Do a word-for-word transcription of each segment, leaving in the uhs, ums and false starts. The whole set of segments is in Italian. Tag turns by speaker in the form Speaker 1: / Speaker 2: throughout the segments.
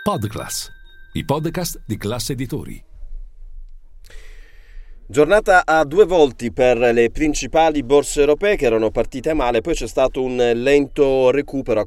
Speaker 1: Podclass, i podcast di Class Editori.
Speaker 2: Giornata a due volti per le principali borse europee che erano partite male, poi c'è stato un lento recupero.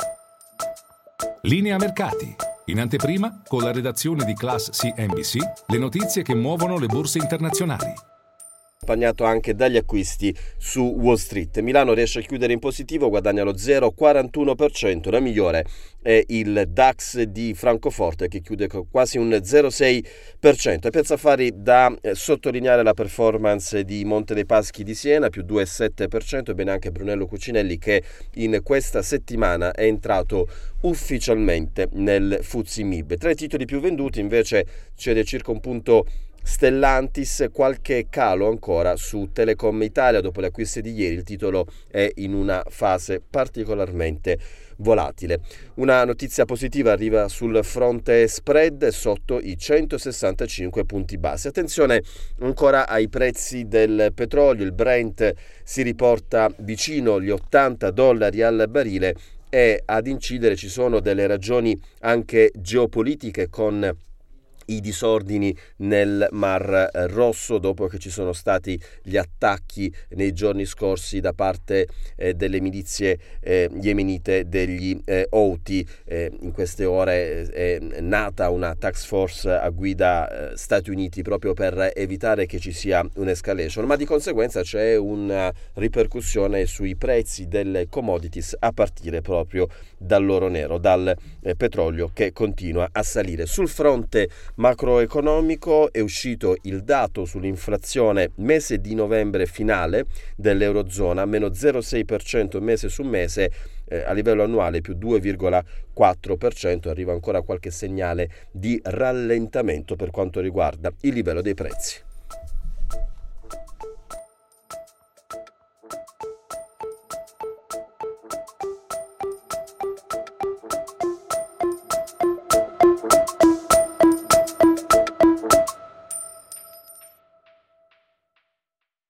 Speaker 1: Linea mercati. In anteprima, con la redazione di Class C N B C, le notizie che muovono le borse internazionali.
Speaker 2: Accompagnato anche dagli acquisti su Wall Street. Milano riesce a chiudere in positivo, guadagna lo zero virgola quarantuno per cento, la migliore è il DAX di Francoforte che chiude con quasi un zero virgola sei per cento. È Piazza Affari da sottolineare la performance di Monte dei Paschi di Siena, più due virgola sette per cento, e bene anche Brunello Cucinelli che in questa settimana è entrato ufficialmente nel F T S E M I B. Tra i titoli più venduti invece cede circa un punto Stellantis, qualche calo ancora su Telecom Italia dopo le acquisti di ieri. Il titolo è in una fase particolarmente volatile. Una notizia positiva arriva sul fronte spread sotto i centosessantacinque punti base. Attenzione ancora ai prezzi del petrolio, il Brent si riporta vicino agli ottanta dollari al barile e ad incidere ci sono delle ragioni anche geopolitiche con i disordini nel Mar Rosso dopo che ci sono stati gli attacchi nei giorni scorsi da parte eh, delle milizie eh, yemenite degli eh, Houthi. Eh, in queste ore è nata una task force a guida eh, Stati Uniti proprio per evitare che ci sia un'escalation, ma di conseguenza c'è una ripercussione sui prezzi delle commodities a partire proprio dall'oro nero, dal eh, petrolio che continua a salire. Sul fronte macroeconomico è uscito il dato sull'inflazione mese di novembre finale dell'Eurozona, meno zero virgola sei per cento mese su mese, eh, a livello annuale più due virgola quattro per cento. Arriva ancora qualche segnale di rallentamento per quanto riguarda il livello dei prezzi.